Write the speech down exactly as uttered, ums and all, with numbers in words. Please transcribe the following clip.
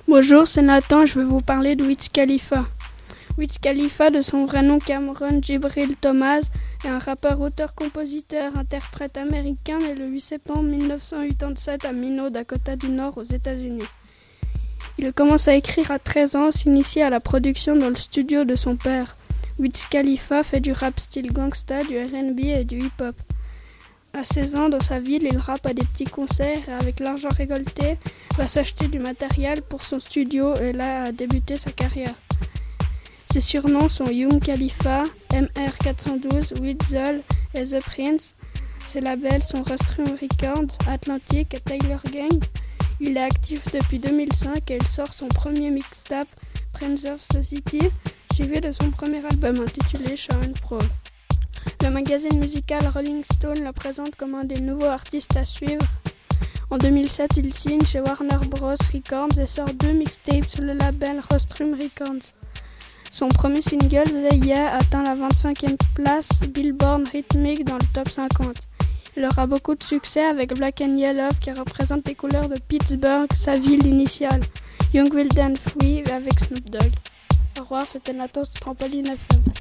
Bonjour, c'est Nathan, je vais vous parler de Wiz Khalifa. Wiz Khalifa, de son vrai nom Cameron Jibril Thomas, est un rappeur, auteur, compositeur, interprète américain né le huit septembre mille neuf cent quatre-vingt-sept à Minot, Dakota du Nord, aux États-Unis. Il commence à écrire à treize ans, s'initie à la production dans le studio de son père. Wiz Khalifa fait du rap style gangsta, du R and B et du hip-hop. À seize ans, dans sa ville, il rappe à des petits concerts et avec l'argent récolté, va s'acheter du matériel pour son studio et là a débuté sa carrière. Ses surnoms sont Young Khalifa, M R quatre cent douze, Weasel et The Prince. Ses labels sont Rostrum Records, Atlantic et Taylor Gang. Il est actif depuis deux mille cinq et il sort son premier mixtape, Prince of Society, suivi de son premier album intitulé Sharon Pro. Le magazine musical Rolling Stone le présente comme un des nouveaux artistes à suivre. En deux mille sept, il signe chez Warner Bros. Records et sort deux mixtapes sur le label Rostrum Records. Son premier single, The Yeah, atteint la vingt-cinquième place Billboard Rhythmic dans le top cinquante. Il aura beaucoup de succès avec Black and Yellow qui représente les couleurs de Pittsburgh, sa ville initiale. Young Wild and Free avec Snoop Dogg. Au revoir, c'était Nathan, c'est Trampoline F M.